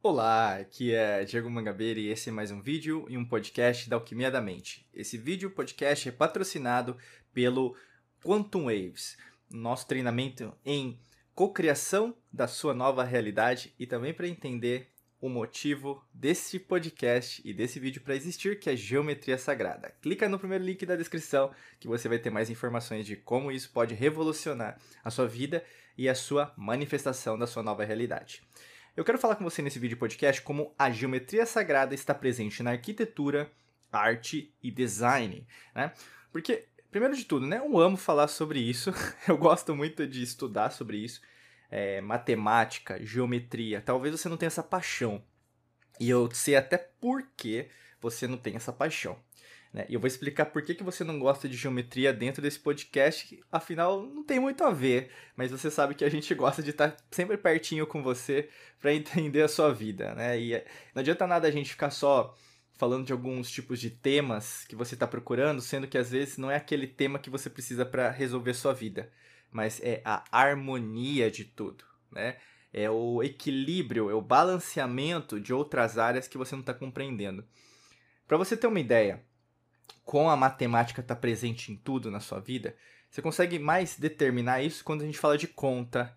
Olá, aqui é Diego Mangabeira e esse é mais um vídeo e um podcast da Alquimia da Mente. Esse vídeo podcast é patrocinado pelo Quantum Waves, nosso treinamento em cocriação da sua nova realidade e também para entender o motivo desse podcast e desse vídeo para existir, que é geometria sagrada. Clica no primeiro link da descrição que você vai ter mais informações de como isso pode revolucionar a sua vida e a sua manifestação da sua nova realidade. Eu quero falar com você nesse vídeo podcast como a geometria sagrada está presente na arquitetura, arte e design, né? Porque, primeiro de tudo, né, eu amo falar sobre isso, eu gosto muito de estudar sobre isso, matemática, geometria, talvez você não tenha essa paixão, e eu sei até por que você não tem essa paixão. Né? E eu vou explicar por que você não gosta de geometria dentro desse podcast, que afinal não tem muito a ver, mas você sabe que a gente gosta de estar sempre pertinho com você para entender a sua vida, né? E não adianta nada a gente ficar só falando de alguns tipos de temas que você está procurando, sendo que às vezes não é aquele tema que você precisa para resolver sua vida, mas é a harmonia de tudo, né? É o equilíbrio, é o balanceamento de outras áreas que você não está compreendendo. Para você ter uma ideia, com a matemática está presente em tudo na sua vida, você consegue mais determinar isso quando a gente fala de conta,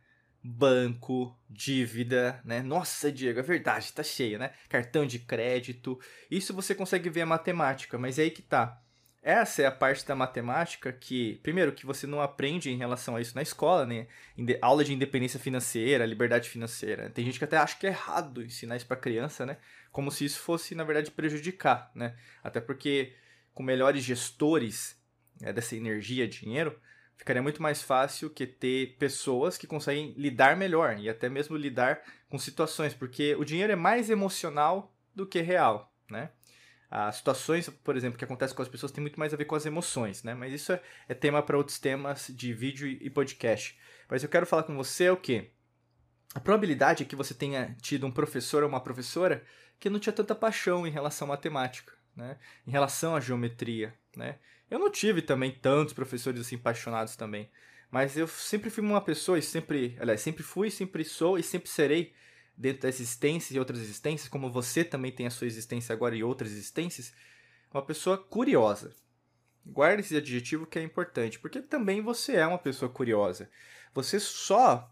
banco, dívida, né? Nossa, Diego, é verdade, tá cheio, né? Cartão de crédito. Isso você consegue ver a matemática, mas é aí que tá. Essa é a parte da matemática que, primeiro, que você não aprende em relação a isso na escola, né? Aula de independência financeira, liberdade financeira. Tem gente que até acha que é errado ensinar isso para criança, né? Como se isso fosse, na verdade, prejudicar, né? Até porque com melhores gestores, né, dessa energia, dinheiro, ficaria muito mais fácil que ter pessoas que conseguem lidar melhor e até mesmo lidar com situações, porque o dinheiro é mais emocional do que real, né? As situações, por exemplo, que acontecem com as pessoas tem muito mais a ver com as emoções, né? Mas isso é tema para outros temas de vídeo e podcast. Mas eu quero falar com você o quê? A probabilidade é que você tenha tido um professor ou uma professora que não tinha tanta paixão em relação à matemática, né? Em relação à geometria, né? Eu não tive também tantos professores assim apaixonados também, mas eu sempre fui uma pessoa e sempre fui, sempre sou e sempre serei dentro da existência e outras existências, como você também tem a sua existência agora e outras existências, uma pessoa curiosa. Guarde esse adjetivo que é importante, porque também você é uma pessoa curiosa. Você só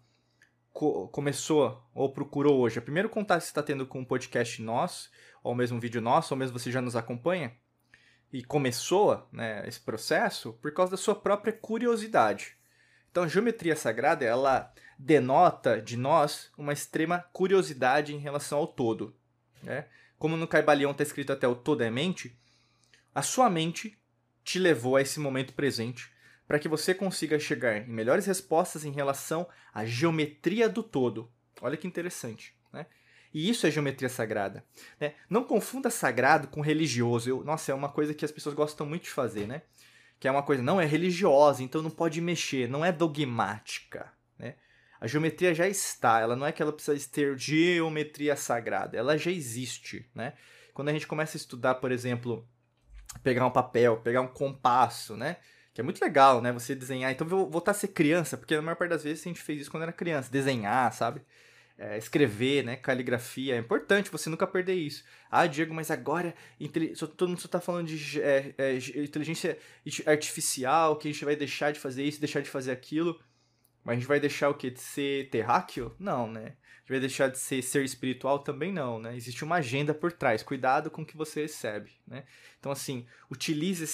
começou ou procurou hoje, o primeiro contato que você está tendo com um podcast nosso, ou mesmo um vídeo nosso, ou mesmo você já nos acompanha, e começou, né, esse processo por causa da sua própria curiosidade. Então, a geometria sagrada, ela denota de nós uma extrema curiosidade em relação ao todo. Né? Como no Caibalion está escrito até o todo é mente, a sua mente te levou a esse momento presente para que você consiga chegar em melhores respostas em relação à geometria do todo. Olha que interessante, né? E isso é geometria sagrada. Né? Não confunda sagrado com religioso. Nossa, é uma coisa que as pessoas gostam muito de fazer, né? Que é uma coisa, não é religiosa, então não pode mexer, não é dogmática, né? A geometria já está, ela não é que ela precisa ter geometria sagrada, ela já existe, né? Quando a gente começa a estudar, por exemplo, pegar um papel, pegar um compasso, né? Que é muito legal, né? Você desenhar. Então, vou voltar a ser criança, porque na maior parte das vezes a gente fez isso quando era criança. Desenhar, sabe? Escrever, né? Caligrafia. É importante você nunca perder isso. Ah, Diego, mas agora todo mundo só tá falando de inteligência artificial, que a gente vai deixar de fazer isso, deixar de fazer aquilo. Mas a gente vai deixar o quê? De ser terráqueo? Não, né? A gente vai deixar de ser espiritual? Também não, né? Existe uma agenda por trás. Cuidado com o que você recebe, né? Então, assim, utilize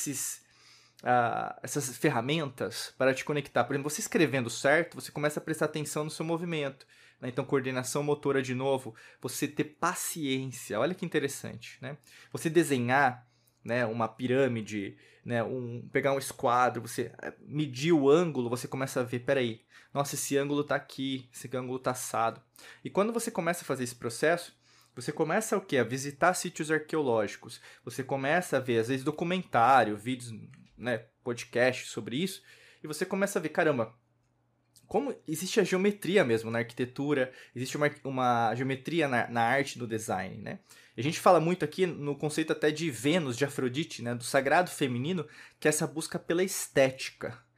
essas ferramentas para te conectar. Por exemplo, você escrevendo certo, você começa a prestar atenção no seu movimento. Né? Então, coordenação motora de novo. Você ter paciência. Olha que interessante, né? Você desenhar, né, uma pirâmide, né, pegar um esquadro, você medir o ângulo, você começa a ver, peraí, nossa, esse ângulo tá aqui, esse ângulo tá assado. E quando você começa a fazer esse processo, você começa o quê? A visitar sítios arqueológicos. Você começa a ver, às vezes, documentário, vídeos, né, podcast sobre isso, e você começa a ver, caramba, como existe a geometria mesmo na arquitetura, existe uma geometria na arte, no design, né? A gente fala muito aqui no conceito até de Vênus, de Afrodite, né? Do sagrado feminino, que é essa busca pela estética.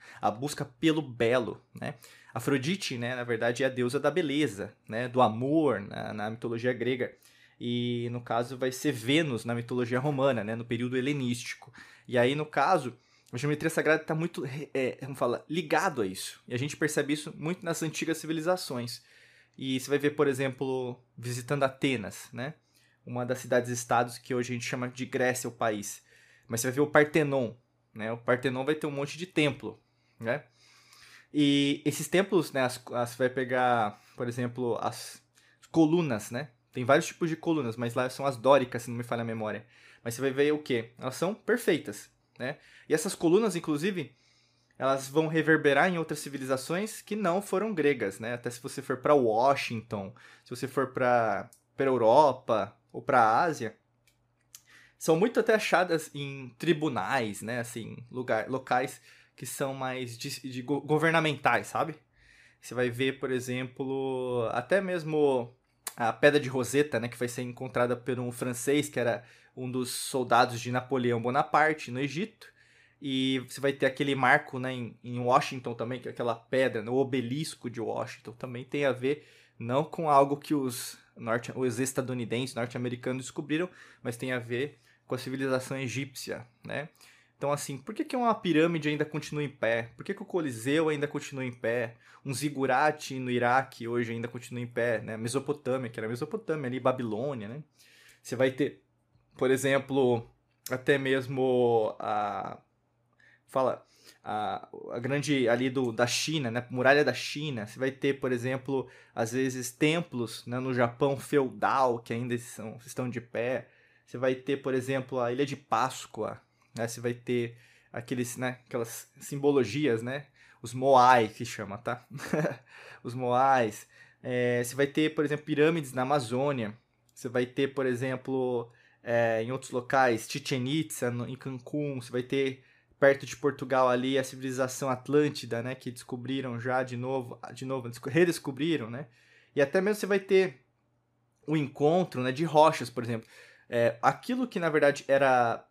a busca pelo belo, né? Afrodite, né, na verdade, é a deusa da beleza, né, do amor na mitologia grega. E, no caso, vai ser Vênus na mitologia romana, né, no período helenístico. E aí, no caso, a geometria sagrada está muito, vamos falar, ligado a isso. E a gente percebe isso muito nas antigas civilizações. E você vai ver, por exemplo, visitando Atenas, né, uma das cidades-estados que hoje a gente chama de Grécia, o país. Mas você vai ver o Partenon, né, o Partenon vai ter um monte de templo, né. E esses templos, né, você vai pegar, por exemplo, as colunas, né? Tem vários tipos de colunas, mas lá são as dóricas, se não me falha a memória. Mas você vai ver o quê? Elas são perfeitas, né? E essas colunas, inclusive, elas vão reverberar em outras civilizações que não foram gregas, né? Até se você for para Washington, se você for para Europa ou para a Ásia, são muito até achadas em tribunais, né? Assim, locais que são mais governamentais, sabe? Você vai ver, por exemplo, até mesmo a Pedra de Roseta, né, que vai ser encontrada por um francês que era um dos soldados de Napoleão Bonaparte no Egito. E você vai ter aquele marco, né, em Washington também, que é aquela pedra, no obelisco de Washington, também tem a ver não com algo que os estadunidenses, norte-americanos descobriram, mas tem a ver com a civilização egípcia, né? Então, assim, por que uma pirâmide ainda continua em pé? Por que o Coliseu ainda continua em pé? Um zigurate no Iraque hoje ainda continua em pé, né? Mesopotâmia, que era Mesopotâmia ali, Babilônia, né? Você vai ter, por exemplo, até mesmo a grande ali da China, né? Muralha da China. Você vai ter, por exemplo, às vezes templos, né, no Japão feudal que ainda estão de pé. Você vai ter, por exemplo, a Ilha de Páscoa, né? Você vai ter aquelas simbologias, né? Os Moai, que chama, tá? Os Moais. Você vai ter, por exemplo, pirâmides na Amazônia. Você vai ter, por exemplo, em outros locais, Chichen Itza, em Cancún. Você vai ter, perto de Portugal ali, a civilização Atlântida, né? Que descobriram já de novo, redescobriram, né? E até mesmo você vai ter o encontro, né, de rochas, por exemplo. Aquilo que, na verdade, era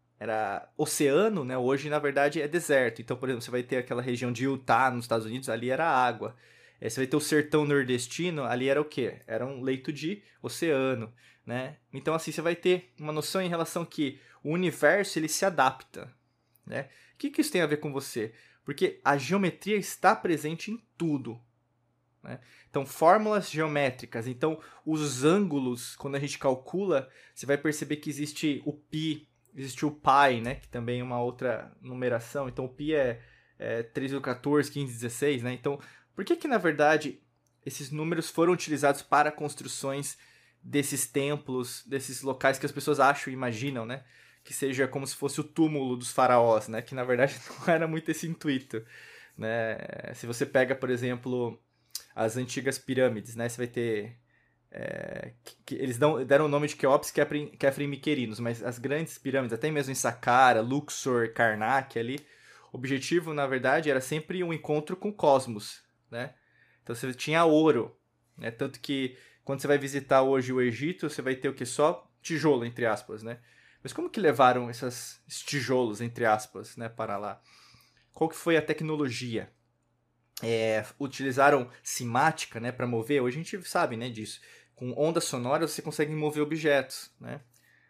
oceano, né? Hoje, na verdade, é deserto. Então, por exemplo, você vai ter aquela região de Utah, nos Estados Unidos, ali era água. Você vai ter o sertão nordestino, ali era o quê? Era um leito de oceano, né? Então, assim, você vai ter uma noção em relação que o universo, ele se adapta, né? O que isso tem a ver com você? Porque a geometria está presente em tudo, né? Então, fórmulas geométricas. Então, os ângulos, quando a gente calcula, você vai perceber que existe o π, existe o π, né? Que também é uma outra numeração. Então, o π é 3,14, 15, 16, né? Então, por que na verdade, esses números foram utilizados para construções desses templos, desses locais que as pessoas acham e imaginam, né? Que seja como se fosse o túmulo dos faraós, né? Que, na verdade, não era muito esse intuito, né? Se você pega, por exemplo, as antigas pirâmides, né? Você vai ter... eles deram o nome de Quéops, Khafre e Miquerinos, mas as grandes pirâmides, até mesmo em Saqqara, Luxor, Karnak ali, o objetivo, na verdade, era sempre um encontro com o cosmos, né? Então você tinha ouro, né? Tanto que quando você vai visitar hoje o Egito, você vai ter o que? Só tijolo, entre aspas, né? Mas como que levaram esses tijolos, entre aspas, né, para lá? Qual que foi a tecnologia? Utilizaram cimática, né, para mover. Hoje a gente sabe, né, disso. Com ondas sonoras você consegue mover objetos, né?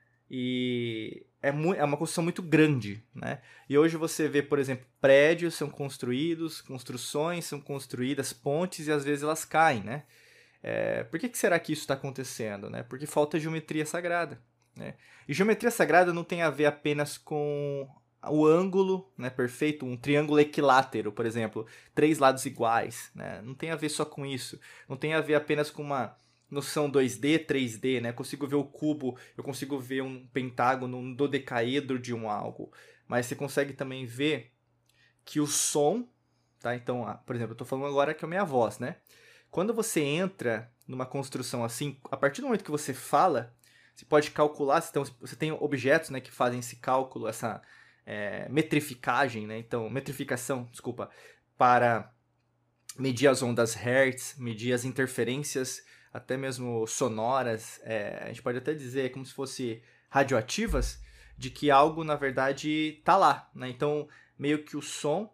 E é uma construção muito grande, né? E hoje você vê, por exemplo, prédios são construídos, construções são construídas, pontes, e às vezes elas caem, né? Por que será que isso está acontecendo, né? Porque falta geometria sagrada, né? E geometria sagrada não tem a ver apenas com o ângulo, né, perfeito, um triângulo equilátero, por exemplo, 3 lados iguais, né? Não tem a ver só com isso. Não tem a ver apenas com uma noção 2D, 3D, né? Eu consigo ver o cubo, eu consigo ver um pentágono, um dodecaedro de um algo. Mas você consegue também ver que o som, tá? Então, por exemplo, eu estou falando agora que é a minha voz, né? Quando você entra numa construção assim, a partir do momento que você fala, você pode calcular, então você tem objetos, né, que fazem esse cálculo, essa metrificagem, né? Então, metrificação, desculpa, para medir as ondas Hertz, medir as interferências, até mesmo sonoras, a gente pode até dizer como se fosse radioativas, de que algo, na verdade, está lá, né? Então, meio que o som,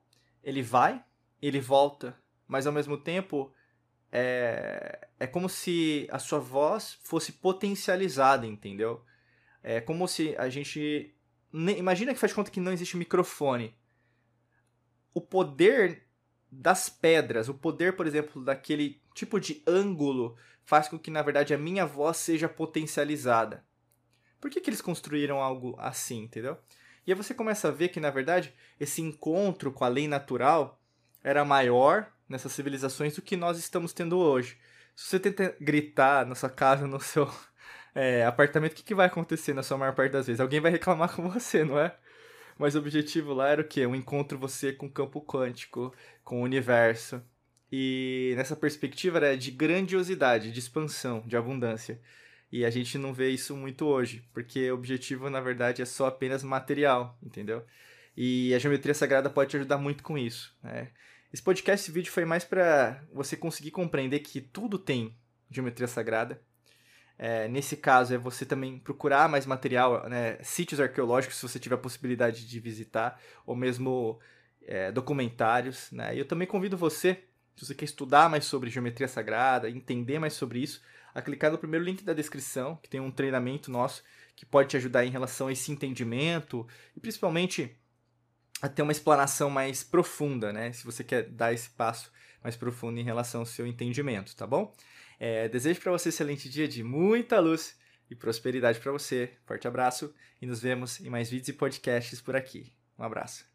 ele vai, ele volta, mas ao mesmo tempo é como se a sua voz fosse potencializada, entendeu? É como se a gente... Imagina que faz de conta que não existe microfone. O poder das pedras, o poder, por exemplo, daquele tipo de ângulo, faz com que, na verdade, a minha voz seja potencializada. Por que eles construíram algo assim, entendeu? E aí você começa a ver que, na verdade, esse encontro com a lei natural era maior nessas civilizações do que nós estamos tendo hoje. Se você tenta gritar na sua casa, no seu apartamento, o que vai acontecer na sua maior parte das vezes? Alguém vai reclamar com você, não é? Mas o objetivo lá era o quê? Um encontro você com o campo quântico, com o universo. E nessa perspectiva era de grandiosidade, de expansão, de abundância. E a gente não vê isso muito hoje, porque o objetivo, na verdade, é só apenas material, entendeu? E a geometria sagrada pode te ajudar muito com isso, né? Esse podcast, esse vídeo foi mais para você conseguir compreender que tudo tem geometria sagrada. Nesse caso, é você também procurar mais material, né? Sítios arqueológicos, se você tiver a possibilidade de visitar, ou mesmo documentários, né? E eu também convido você, se você quer estudar mais sobre geometria sagrada, entender mais sobre isso, a clicar no primeiro link da descrição, que tem um treinamento nosso que pode te ajudar em relação a esse entendimento e principalmente a ter uma explanação mais profunda, né? Se você quer dar esse passo mais profundo em relação ao seu entendimento, tá bom? Desejo para você um excelente dia de muita luz e prosperidade para você. Forte abraço e nos vemos em mais vídeos e podcasts por aqui. Um abraço.